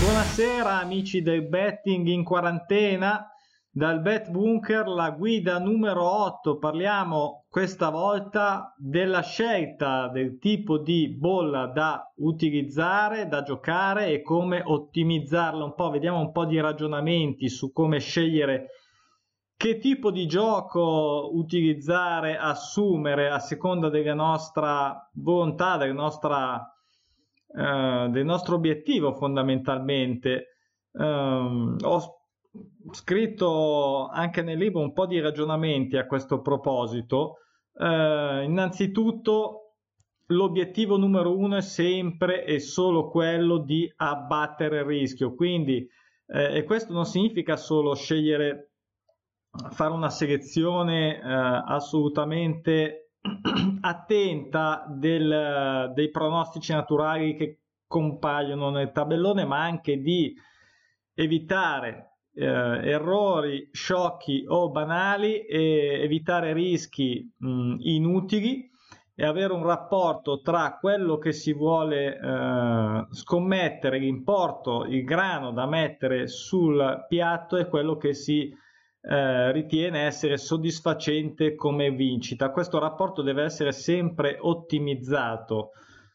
Buonasera amici del betting in quarantena, dal Bet Bunker, la guida numero 8. Parliamo questa volta della scelta del tipo di bolla da utilizzare, da giocare e come ottimizzarla un po'. Vediamo un po' di ragionamenti su come scegliere che tipo di gioco utilizzare, assumere a seconda della nostra volontà, del nostro obiettivo fondamentalmente. Ho scritto anche nel libro un po' di ragionamenti a questo proposito. Innanzitutto l'obiettivo numero uno è sempre e solo quello di abbattere il rischio, quindi e questo non significa solo scegliere, fare una selezione assolutamente attenta dei pronostici naturali che compaiono nel tabellone, ma anche di evitare errori sciocchi o banali e evitare rischi inutili e avere un rapporto tra quello che si vuole scommettere, l'importo, il grano da mettere sul piatto e quello che si ritiene essere soddisfacente come vincita. Questo rapporto deve essere sempre ottimizzato.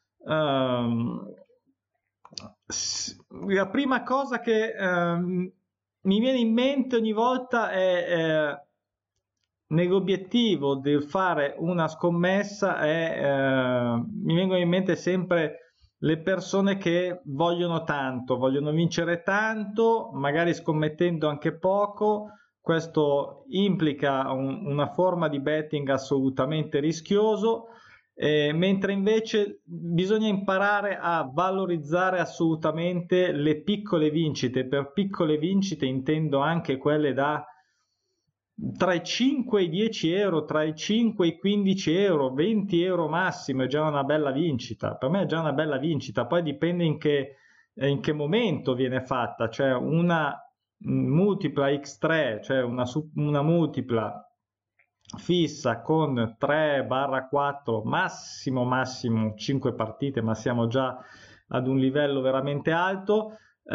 La prima cosa che mi viene in mente ogni volta è nell'obiettivo di fare una scommessa mi vengono in mente sempre le persone che vogliono tanto, vogliono vincere tanto, magari scommettendo anche poco. Questo implica una forma di betting assolutamente rischioso, mentre invece bisogna imparare a valorizzare assolutamente le piccole vincite. Per piccole vincite intendo anche quelle da tra i 5 e i 10 euro, tra i 5 e i 15 euro, 20 euro massimo è già una bella vincita. Per me è già una bella vincita, poi dipende in che momento viene fatta, cioè una multipla x3, cioè una multipla fissa con 3/4, massimo 5 partite, ma siamo già ad un livello veramente alto.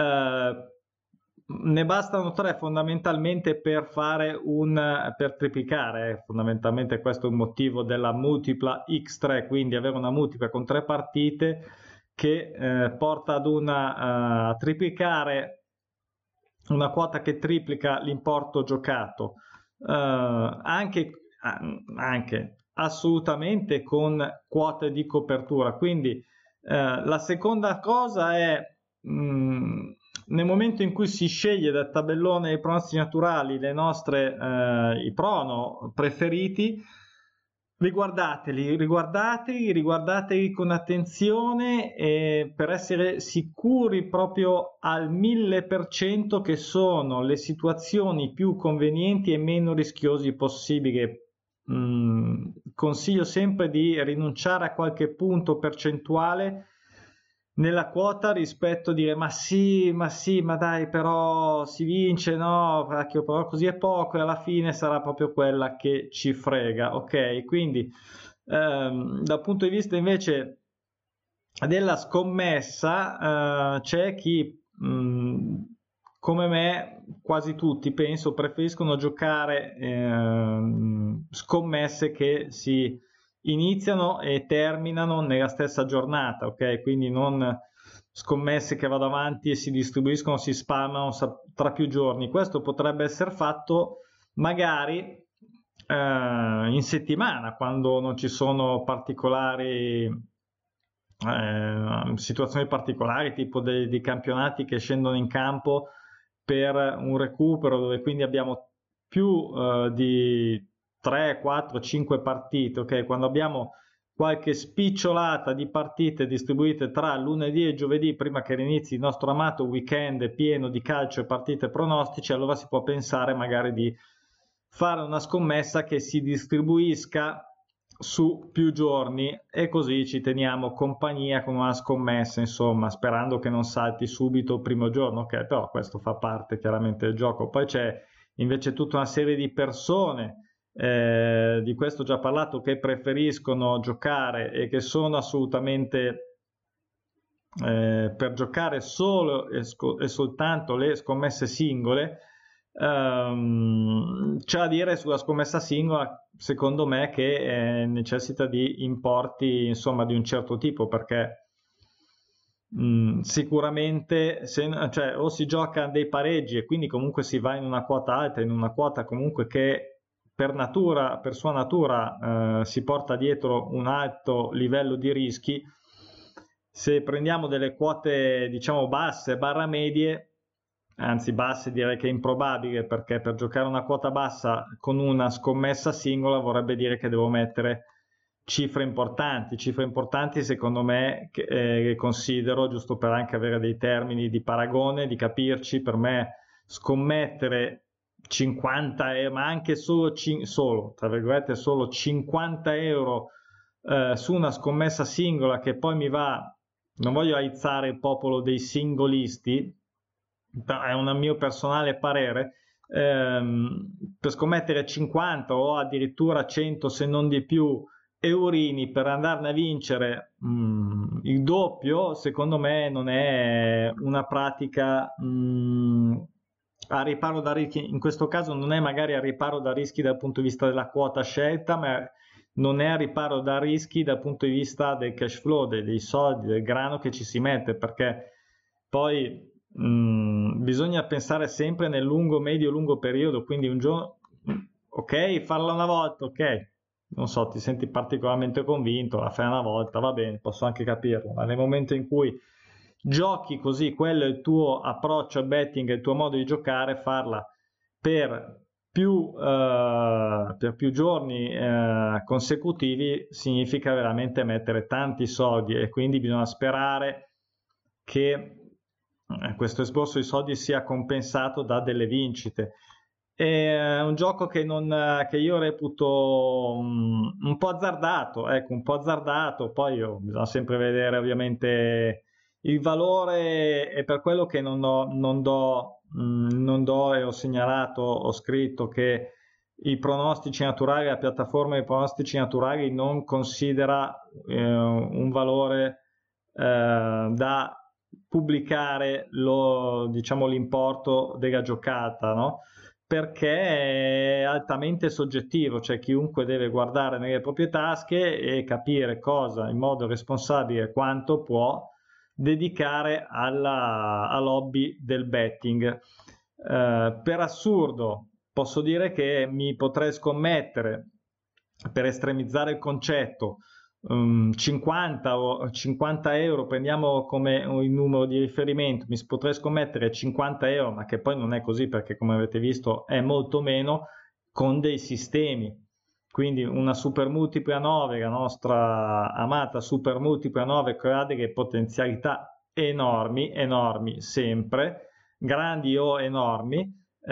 Ne bastano 3 fondamentalmente per per triplicare, fondamentalmente questo è il motivo della multipla x3, quindi avere una multipla con 3 partite che porta a triplicare una quota che triplica l'importo giocato, anche assolutamente con quote di copertura. Quindi la seconda cosa è nel momento in cui si sceglie dal tabellone dei pronostici naturali i prono preferiti, riguardateli con attenzione per essere sicuri proprio al 1000% che sono le situazioni più convenienti e meno rischiosi possibili. Consiglio sempre di rinunciare a qualche punto percentuale nella quota rispetto a dire ma sì, ma dai, però si vince, no, cacchio, però così è poco e alla fine sarà proprio quella che ci frega, ok? Quindi dal punto di vista invece della scommessa c'è chi come me, quasi tutti penso, preferiscono giocare scommesse che si iniziano e terminano nella stessa giornata, ok? Quindi non scommesse che vado avanti e si distribuiscono, si spammano tra più giorni. Questo potrebbe essere fatto magari in settimana, quando non ci sono situazioni particolari, tipo dei campionati che scendono in campo per un recupero, dove quindi abbiamo più di 3, 4, 5 partite, ok? Quando abbiamo qualche spicciolata di partite distribuite tra lunedì e giovedì, prima che inizi il nostro amato weekend pieno di calcio e partite pronostici, allora si può pensare magari di fare una scommessa che si distribuisca su più giorni e così ci teniamo compagnia con una scommessa, insomma, sperando che non salti subito il primo giorno, ok? Però questo fa parte chiaramente del gioco. Poi c'è invece tutta una serie di persone, di questo ho già parlato, che preferiscono giocare e che sono assolutamente per giocare solo e soltanto le scommesse singole, c'è da dire sulla scommessa singola, secondo me, che necessita di importi, insomma, di un certo tipo, perché sicuramente cioè, o si gioca dei pareggi e quindi comunque si va in una quota alta, in una quota comunque che per natura, per sua natura, si porta dietro un alto livello di rischi. Se prendiamo delle quote, diciamo, basse barra medie, anzi basse direi che è improbabile, perché per giocare una quota bassa con una scommessa singola vorrebbe dire che devo mettere cifre importanti secondo me, che considero, giusto per anche avere dei termini di paragone, di capirci. Per me scommettere 50 euro, ma anche solo, tra virgolette, solo 50 euro su una scommessa singola, che poi mi va, non voglio aizzare il popolo dei singolisti, è un mio personale parere, per scommettere 50 o addirittura 100 se non di più eurini per andarne a vincere il doppio, secondo me non è una pratica a riparo da rischi. In questo caso non è magari a riparo da rischi dal punto di vista della quota scelta, ma non è a riparo da rischi dal punto di vista del cash flow, dei soldi, del grano che ci si mette, perché poi bisogna pensare sempre nel lungo, medio, lungo periodo. Quindi un giorno, ok, farla una volta, ok, non so, ti senti particolarmente convinto, la fai una volta, va bene, posso anche capirlo, ma nel momento in cui giochi così, quello è il tuo approccio al betting, è il tuo modo di giocare, farla per per più giorni consecutivi significa veramente mettere tanti soldi, e quindi bisogna sperare che questo esborso di soldi sia compensato da delle vincite. È un gioco che io reputo un po' azzardato, ecco, un po' azzardato. Poi bisogna sempre vedere ovviamente il valore, e per quello che non do, e ho segnalato, ho scritto che i pronostici naturali, la piattaforma dei pronostici naturali non considera un valore da pubblicare diciamo, l'importo della giocata, no? Perché è altamente soggettivo, cioè chiunque deve guardare nelle proprie tasche e capire cosa, in modo responsabile, quanto può dedicare al hobby del betting. Per assurdo posso dire che mi potrei scommettere, per estremizzare il concetto, 50 euro, prendiamo come il numero di riferimento, mi potrei scommettere 50 euro, ma che poi non è così, perché come avete visto è molto meno, con dei sistemi. Quindi una super multipla 9, la nostra amata super multipla 9, che ha delle potenzialità enormi, enormi sempre, grandi o enormi,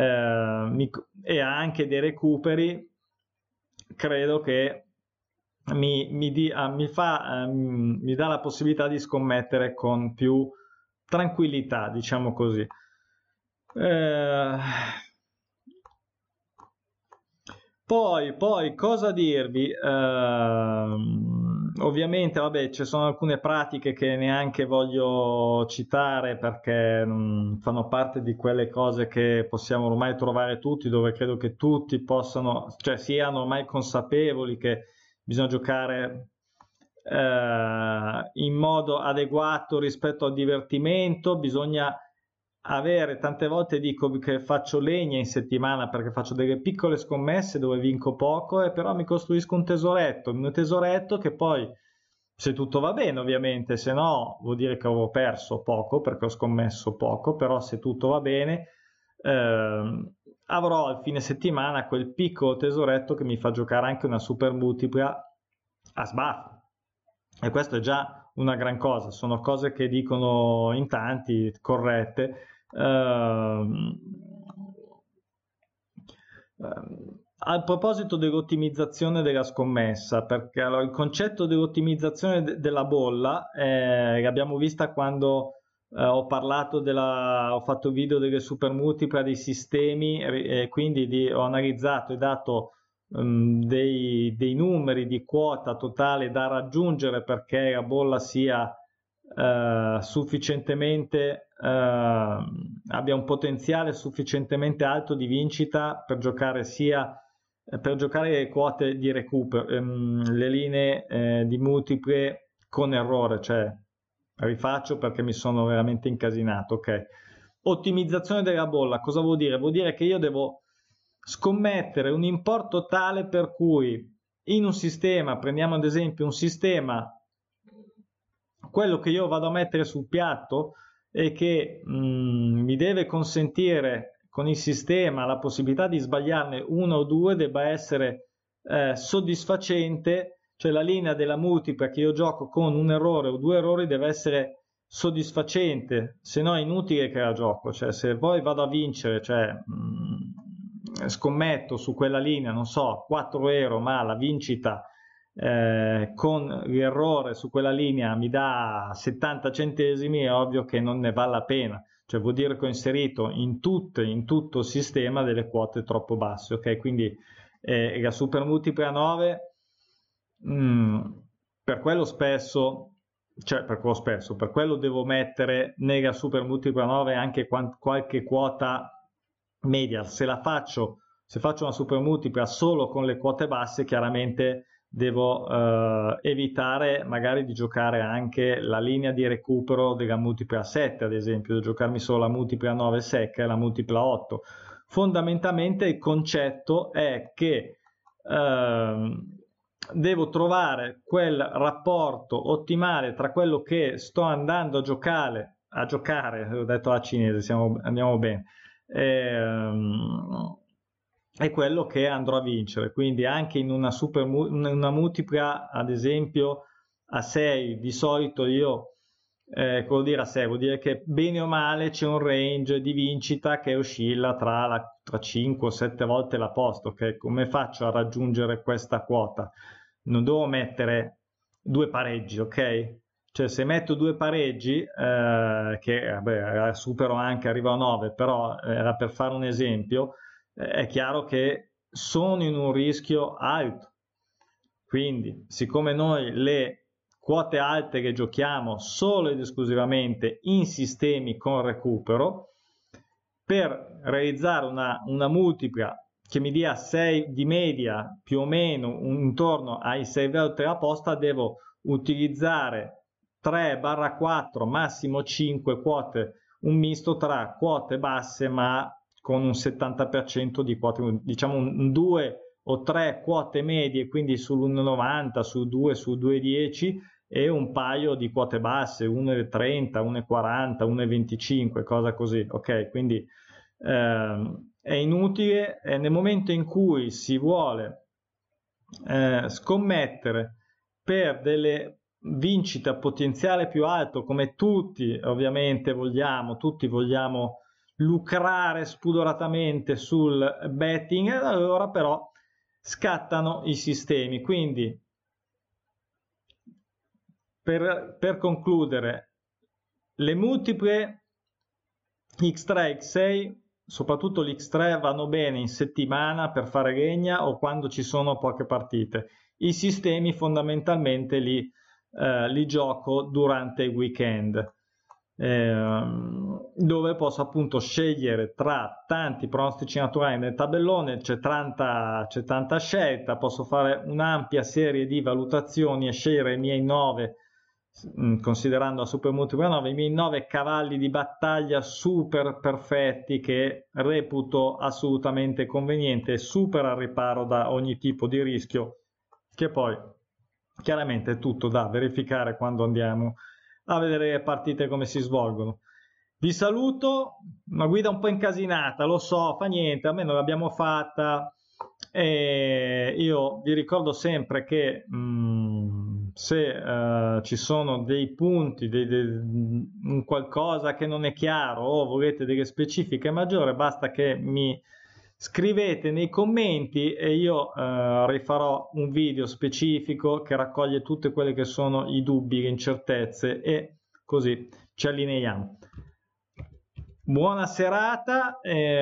e ha anche dei recuperi. Credo che mi dà la possibilità di scommettere con più tranquillità, diciamo così. Eh, poi cosa dirvi? Ovviamente, vabbè, ci sono alcune pratiche che neanche voglio citare, perché fanno parte di quelle cose che possiamo ormai trovare tutti, dove credo che tutti possano, cioè siano ormai consapevoli che bisogna giocare in modo adeguato rispetto al divertimento. Bisogna avere, tante volte dico che faccio legna in settimana perché faccio delle piccole scommesse dove vinco poco, e però mi costruisco un tesoretto che poi, se tutto va bene ovviamente, se no vuol dire che avevo perso poco perché ho scommesso poco, però se tutto va bene avrò al fine settimana quel piccolo tesoretto che mi fa giocare anche una super multipla a sbaffo, e questo è già una gran cosa. Sono cose che dicono in tanti, corrette. Al proposito dell'ottimizzazione della scommessa, perché allora, il concetto dell'ottimizzazione della bolla l'abbiamo vista quando ho ho fatto video delle super multiple, dei sistemi, e quindi ho analizzato e dato dei numeri di quota totale da raggiungere perché la bolla sia sufficientemente abbia un potenziale sufficientemente alto di vincita per giocare sia per giocare le quote di recupero, le linee di multiple con errore, cioè rifaccio perché mi sono veramente incasinato, ok? Ottimizzazione della bolla, cosa vuol dire? Vuol dire che io devo scommettere un importo tale per cui in un sistema, prendiamo ad esempio un sistema, quello che io vado a mettere sul piatto e che mi deve consentire con il sistema la possibilità di sbagliarne uno o due debba essere soddisfacente, cioè la linea della multipla che io gioco con un errore o due errori deve essere soddisfacente, se no è inutile che la gioco, cioè se poi vado a vincere, cioè scommetto su quella linea, non so, 4 euro, ma la vincita con l'errore su quella linea mi dà 70 centesimi, è ovvio che non ne vale la pena, cioè vuol dire che ho inserito in tutto il sistema delle quote troppo basse, ok? Quindi la super multipla 9 per quello spesso, cioè per quello devo mettere nella super multipla 9 anche qualche quota media. Se faccio una super multipla solo con le quote basse, chiaramente devo evitare magari di giocare anche la linea di recupero della multipla 7, ad esempio, di giocarmi solo la multipla 9 secca e la multipla 8. Fondamentalmente il concetto è che devo trovare quel rapporto ottimale tra quello che sto andando a giocare, ho detto a cinese, andiamo bene, è quello che andrò a vincere. Quindi anche in una multipla, ad esempio a 6, di solito io cosa vuol dire a 6? Vuol dire che bene o male c'è un range di vincita che oscilla tra 5 o 7 volte la posta, ok? Come faccio a raggiungere questa quota? Non devo mettere due pareggi, ok? Cioè se metto due pareggi, che vabbè, supero anche, arrivo a 9, però era per fare un esempio, è chiaro che sono in un rischio alto. Quindi, siccome noi le quote alte che giochiamo solo ed esclusivamente in sistemi con recupero, per realizzare una multipla che mi dia 6 di media, più o meno intorno ai 6 volte la posta, devo utilizzare 3-4, massimo 5 quote, un misto tra quote basse ma con un 70% di quote, diciamo un 2 o 3 quote medie, quindi sull'1,90, su 2, su 2,10 e un paio di quote basse, 1,30, 1,40, 1,25, cosa così, ok? Quindi è inutile nel momento in cui si vuole scommettere per delle vincite a potenziale più alto, come tutti ovviamente tutti vogliamo lucrare spudoratamente sul betting, allora però scattano i sistemi. Quindi per concludere, le multiple X3, X6, soprattutto l'X3, vanno bene in settimana per fare legna o quando ci sono poche partite. I sistemi fondamentalmente li gioco durante il weekend, dove posso appunto scegliere tra tanti pronostici naturali nel tabellone, c'è tanta scelta, posso fare un'ampia serie di valutazioni e scegliere i miei 9, considerando la super multipla 9, i miei 9 cavalli di battaglia super perfetti che reputo assolutamente conveniente e super al riparo da ogni tipo di rischio, che poi chiaramente è tutto da verificare quando andiamo a vedere le partite come si svolgono. Vi saluto, una guida un po' incasinata, lo so, fa niente, almeno l'abbiamo fatta. E io vi ricordo sempre che se ci sono dei punti, qualcosa che non è chiaro o volete delle specifiche maggiori, basta che mi scrivete nei commenti e io rifarò un video specifico che raccoglie tutte quelle che sono i dubbi, le incertezze e così ci allineiamo. Buona serata,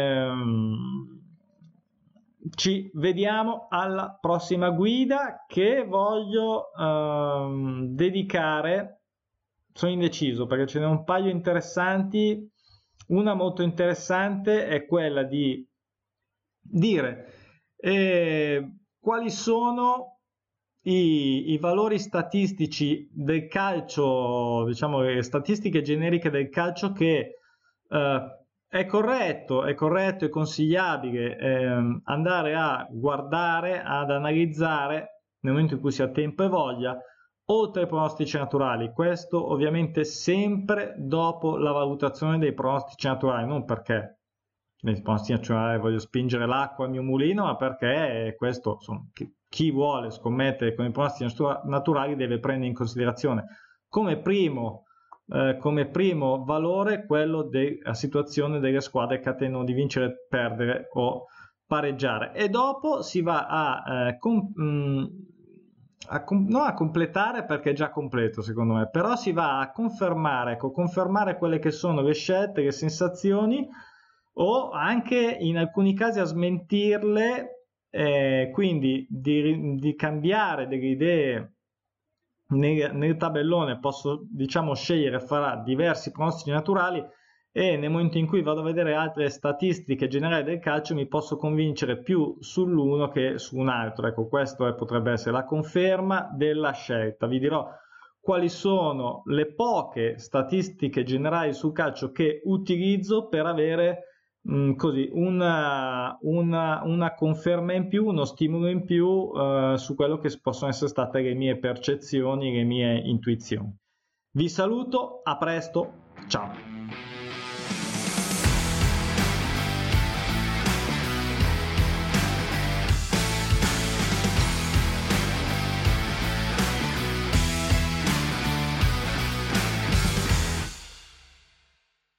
ci vediamo alla prossima guida che voglio dedicare sono indeciso perché ce n'è un paio interessanti. Una molto interessante è quella di dire quali sono i valori statistici del calcio, diciamo le statistiche generiche del calcio che è corretto e consigliabile andare a guardare, ad analizzare nel momento in cui si ha tempo e voglia, oltre ai pronostici naturali. Questo ovviamente sempre dopo la valutazione dei pronostici naturali, non perché nei pronostici naturali voglio spingere l'acqua al mio mulino, ma perché questo, insomma, chi vuole scommettere con i pronostici naturali deve prendere in considerazione come primo valore quello della situazione delle squadre che attendono di vincere, perdere o pareggiare, e dopo si va non a completare perché è già completo secondo me, però si va a confermare quelle che sono le scelte, le sensazioni, o anche in alcuni casi a smentirle, quindi di cambiare delle idee nel tabellone. Posso, diciamo, scegliere fra diversi pronostici naturali, e nel momento in cui vado a vedere altre statistiche generali del calcio mi posso convincere più sull'uno che su un altro. Ecco, questo potrebbe essere la conferma della scelta. Vi dirò quali sono le poche statistiche generali sul calcio che utilizzo per avere così una conferma in più, uno stimolo in più su quello che possono essere state le mie percezioni, le mie intuizioni. Vi saluto, a presto, ciao!